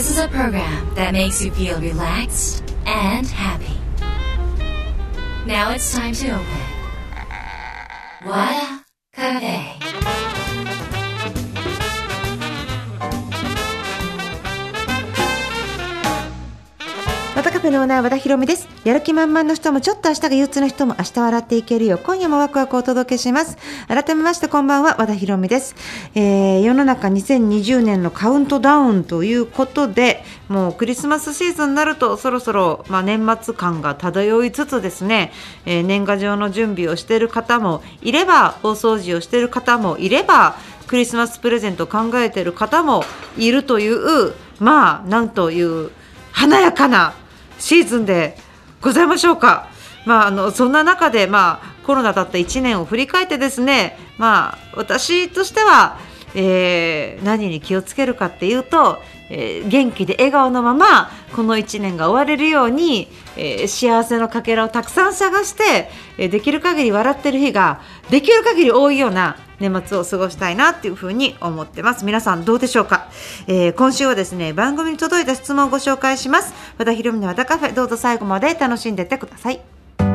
This is a program that makes you feel relaxed and happy. Now it's time to open Wada Cafe. 和田カフェのオーナー和田博美です。やる気満々の人もちょっと明日が憂鬱な人も明日笑っていけるよ。今夜もワクワクをお届けします。改めましてこんばんは、和田博美です。世の中2020年のカウントダウンということで、もうクリスマスシーズンになるとそろそろ、年末感が漂いつつですね、年賀状の準備をしている方もいれば、大掃除をしている方もいれば、クリスマスプレゼントを考えている方もいるという、なんという華やかなシーズンでございましょうか。そんな中で、コロナだった1年を振り返ってですね、私としては、何に気をつけるかっていうと、元気で笑顔のままこの1年が終われるように、幸せのかけらをたくさん探して、できる限り笑ってる日ができる限り多いような年末を過ごしたいなっていうふうに思ってます。皆さんどうでしょうか。今週はですね、番組に届いた質問をご紹介します。和田博美の和田カフェ、どうぞ最後まで楽しんでってください。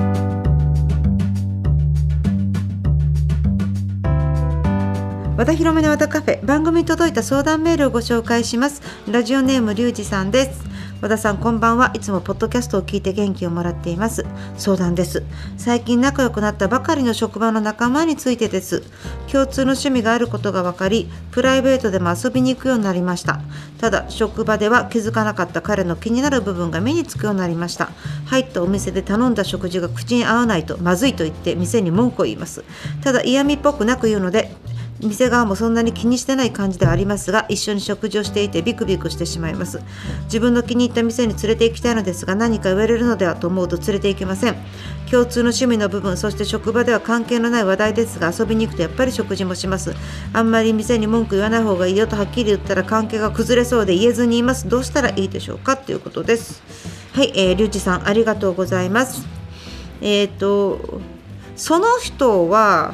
和田博美の和田カフェ、番組に届いた相談メールをご紹介します。ラジオネームリュウジさんです。和田さんこんばんは。いつもポッドキャストを聞いて元気をもらっています。相談です。最近仲良くなったばかりの職場の仲間についてです。共通の趣味があることが分かり、プライベートでも遊びに行くようになりました。ただ職場では気づかなかった彼の気になる部分が目につくようになりました。入ったお店で頼んだ食事が口に合わないとまずいと言って店に文句を言います。ただ嫌味っぽくなく言うので、店側もそんなに気にしてない感じではありますが、一緒に食事をしていてビクビクしてしまいます。自分の気に入った店に連れて行きたいのですが、何か言われるのではと思うと連れて行けません。共通の趣味の部分、そして職場では関係のない話題ですが、遊びに行くとやっぱり食事もします。あんまり店に文句言わない方がいいよとはっきり言ったら関係が崩れそうで言えずにいます。どうしたらいいでしょうかということです。はい、リュウジさんありがとうございます。その人は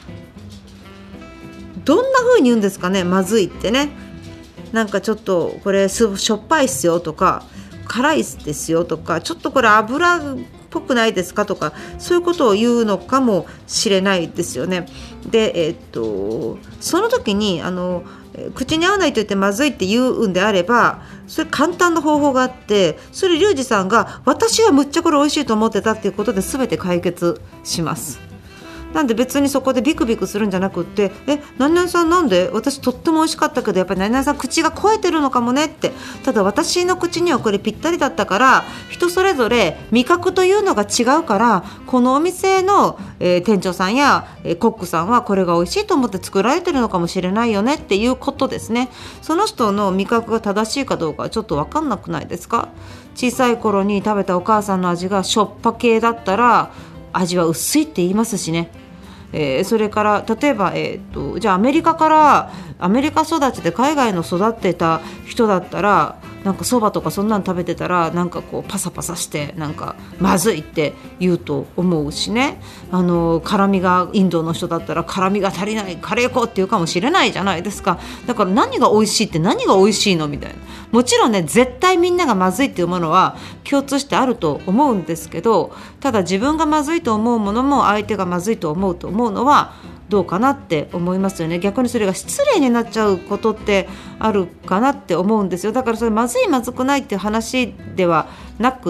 どんな風に言うんですかね。まずいってね、なんかちょっとこれしょっぱいっすよとか、辛いですよとか、ちょっとこれ油っぽくないですかとか、そういうことを言うのかもしれないですよね。で、その時に口に合わないと言ってまずいって言うんであれば、それ簡単な方法があって、それリュウジさんが私はむっちゃこれ美味しいと思ってたっていうことで全て解決します。なんで別にそこでビクビクするんじゃなくって、何々さんなんで、私とっても美味しかったけどやっぱり何々さん口が肥えてるのかもねって。ただ私の口にはこれぴったりだったから、人それぞれ味覚というのが違うから、このお店の、店長さんや、コックさんはこれが美味しいと思って作られてるのかもしれないよねっていうことですね。その人の味覚が正しいかどうかはちょっと分かんなくないですか。小さい頃に食べたお母さんの味がしょっぱ系だったら味は薄いって言いますしね。それから例えば、じゃあアメリカ育ちで海外の育ってた人だったら、なんかそばとかそんなの食べてたら、なんかこうパサパサしてなんかまずいって言うと思うしね。辛みがインドの人だったら辛みが足りない、カレー粉って言うかもしれないじゃないですか。だから何が美味しいって何が美味しいのみたいな。もちろんね、絶対みんながまずいっていうものは共通してあると思うんですけど、ただ自分がまずいと思うものも相手がまずいと思うのはどうかなって思いますよね。逆にそれが失礼になっちゃうことってあるかなって思うんですよ。だからそれまずいまずくないっていう話ではなくって、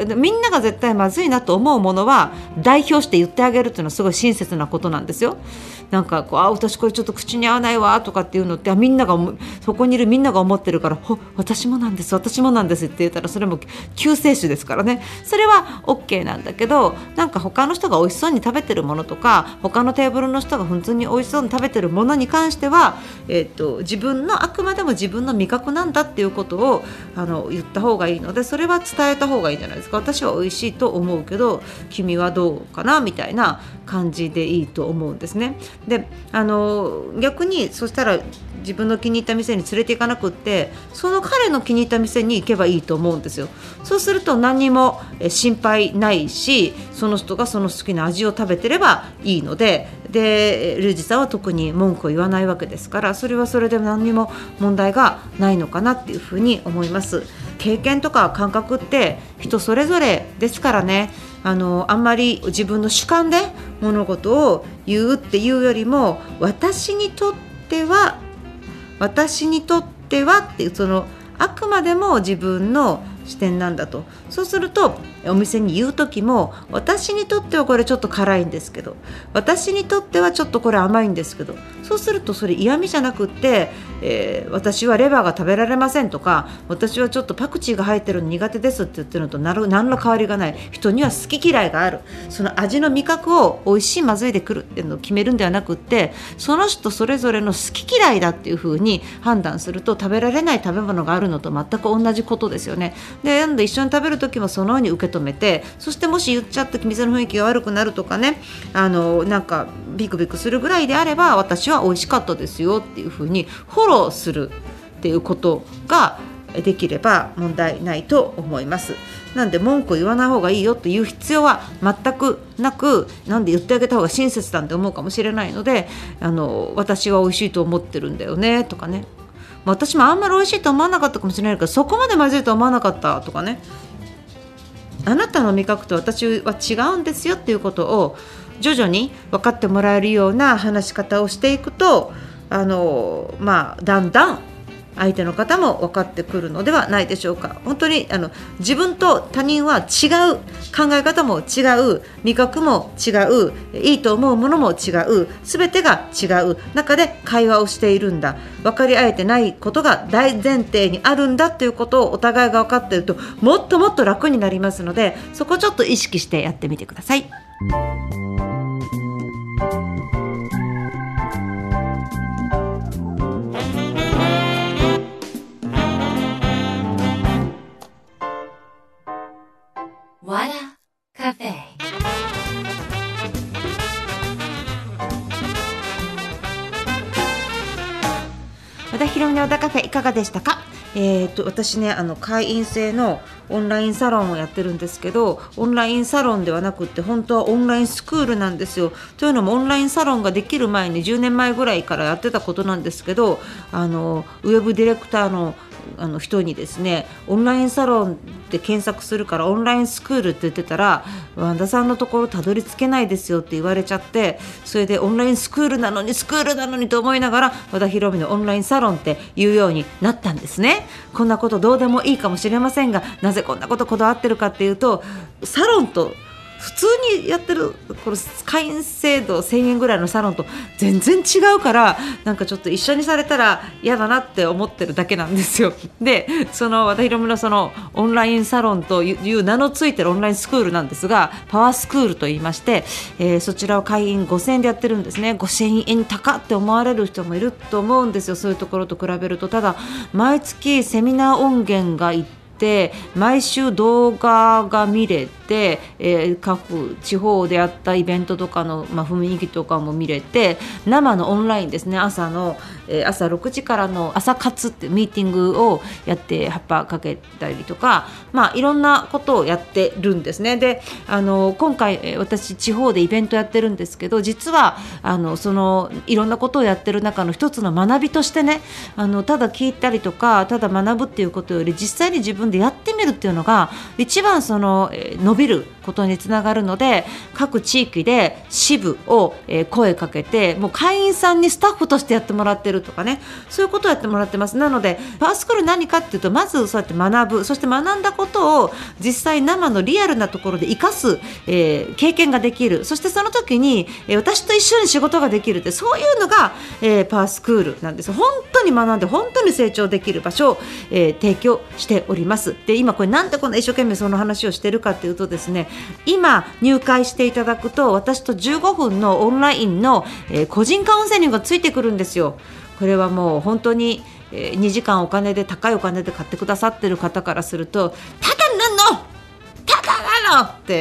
みんなが絶対まずいなと思うものは代表して言ってあげるっていうのはすごい親切なことなんですよ。なんかこう、私これちょっと口に合わないわとかっていうのって、みんながそこにいるみんなが思ってるから、私もなんですって言ったら、それも救世主ですからね。それは OK なんだけど、なんか他の人が美味しそうに食べてるものとか、他のテーブルの人が普通に美味しそうに食べてるものに関しては、自分のあくまでも自分の味覚なんだっていうことを言った方がいいので、それは伝えた方がいいじゃないですか。私は美味しいと思うけど君はどうかなみたいな感じでいいと思うんですね。 で逆にそしたら自分の気に入った店に連れて行かなくって、その彼の気に入った店に行けばいいと思うんですよ。そうすると何にも心配ないし、その人がその好きな味を食べてればいいので、でリュウジさんは特に文句を言わないわけですから、それはそれで何にも問題がないのかなっていうふうに思います。経験とか感覚って人それぞれですからね、あんまり自分の主観で物事を言うっていうよりも、私にとってはっていう、そのあくまでも自分の視点なんだと。そうするとお店に言う時も、私にとってはこれちょっと辛いんですけど、私にとってはちょっとこれ甘いんですけど、そうするとそれ嫌味じゃなくって、私はレバーが食べられませんとか、私はちょっとパクチーが入ってるの苦手ですって言ってるのと何ら変わりがない。人には好き嫌いがある。その味の味覚を美味しいまずいでくるっていうのを決めるんではなくって、その人それぞれの好き嫌いだっていう風に判断すると、食べられない食べ物があるのと全く同じことですよね。で一緒に食べる時もそのように受け止めて、そしてもし言っちゃって店の雰囲気が悪くなるとかね、なんかビクビクするぐらいであれば、私は美味しかったですよっていう風にフォローするっていうことができれば問題ないと思います。なんで文句を言わない方がいいよという必要は全くなく、なんで言ってあげた方が親切だって思うかもしれないので、私は美味しいと思ってるんだよねとかね、私もあんまり美味しいと思わなかったかもしれないけど、そこまでまずいと思わなかったとかね、あなたの味覚と私は違うんですよっていうことを徐々に分かってもらえるような話し方をしていくと、だんだん相手の方も分かってくるのではないでしょうか。本当に自分と他人は違う、考え方も違う、味覚も違う、いいと思うものも違う、全てが違う中で会話をしているんだ、分かり合えてないことが大前提にあるんだということをお互いが分かっていると、もっともっと楽になりますので、そこをちょっと意識してやってみてください。 What a Cafe。 和田ひろみの和田カフェいかがでしたか。私ね、会員制のオンラインサロンをやってるんですけど、オンラインサロンではなくって本当はオンラインスクールなんですよ。というのもオンラインサロンができる前に10年前ぐらいからやってたことなんですけど、ウェブディレクターの人にですね、オンラインサロンで検索するからオンラインスクールって言ってたら、和田さんのところたどり着けないですよって言われちゃって、それでオンラインスクールなのにと思いながら、和田ひろみのオンラインサロンって言うようになったんですね。こんなことどうでもいいかもしれませんが、なぜこんなことこだわってるかっていうと、サロンと普通にやってるこの会員制度1000円ぐらいのサロンと全然違うから、なんかちょっと一緒にされたら嫌だなって思ってるだけなんですよ。で、その和田ひろみのそのオンラインサロンという名のついてるオンラインスクールなんですが、パワースクールと言いまして、そちらを会員5000円でやってるんですね。5000円高って思われる人もいると思うんですよ、そういうところと比べると。ただ毎月セミナー音源が1で毎週動画が見れて、各地方でやったイベントとかの、雰囲気とかも見れて、生のオンラインですね、朝6時からの朝活ってミーティングをやって葉っぱかけたりとか、いろんなことをやってるんですね。で、今回私地方でイベントやってるんですけど、実はそのいろんなことをやってる中の一つの学びとしてね、ただ聞いたりとかただ学ぶっていうことより、実際に自分でやってみるっていうのが一番伸びることにつながるので、各地域で支部を声かけて、もう会員さんにスタッフとしてやってもらってるとかね、そういうことをやってもらってます。なのでパワースクール何かっていうと、まずそうやって学ぶ、そして学んだことを実際生のリアルなところで生かす、経験ができる。そしてその時に私と一緒に仕事ができるって、そういうのが、パワースクールなんです。本当に学んで本当に成長できる場所を、提供しております。で、今これなんでこんな一生懸命その話をしてるかっていうとですね、今入会していただくと私と15分のオンラインの、個人カウンセリングがついてくるんですよ。これはもう本当に、2時間高いお金で買ってくださってる方からすると、ただなのって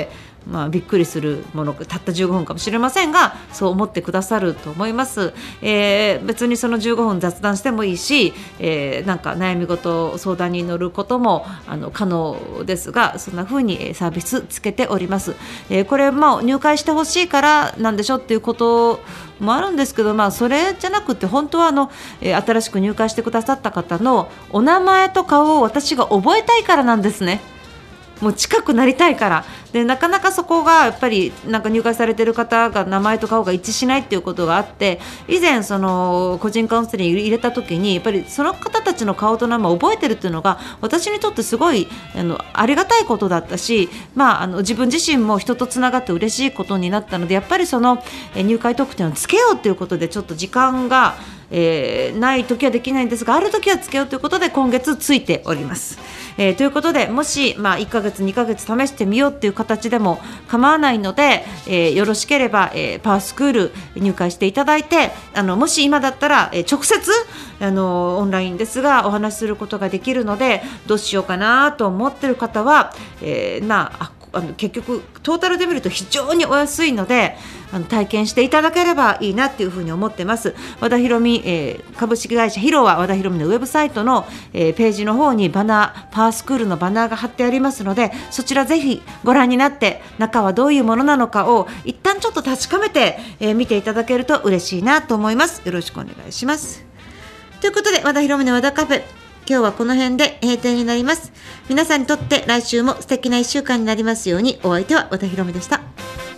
びっくりするものたった15分かもしれませんが、そう思ってくださると思います。別にその15分雑談してもいいし、なんか悩み事相談に乗ることも可能ですが、そんな風にサービスつけております。これ入会してほしいからなんでしょっていうこともあるんですけど、それじゃなくて本当は新しく入会してくださった方のお名前と顔を私が覚えたいからなんですね。もう近くなりたいからで、なかなかそこがやっぱりなんか入会されている方が名前と顔が一致しないっていうことがあって、以前その個人カウンセリング入れた時にやっぱりその方たちの顔と名前を覚えてるっていうのが私にとってすごいありがたいことだったし、自分自身も人とつながって嬉しいことになったので、やっぱりその入会特典をつけようということでちょっと時間がない時はできないんですが、ある時はつけようということで今月ついております。ということで、もし、1ヶ月2ヶ月試してみようという形でも構わないので、よろしければ、パワースクール入会していただいて、もし今だったら、直接オンラインですがお話しすることができるので、どうしようかなと思っている方は、結局トータルで見ると非常にお安いので体験していただければいいなっていうふうに思ってます。和田博美、株式会社ヒロは和田博美のウェブサイトの、ページの方にパワースクールのバナーが貼ってありますので、そちらぜひご覧になって中はどういうものなのかを一旦ちょっと確かめて、見ていただけると嬉しいなと思います。よろしくお願いします。ということで、和田博美の和田カフェ、今日はこの辺で閉店になります。皆さんにとって来週も素敵な1週間になりますように。お相手は和田博美でした。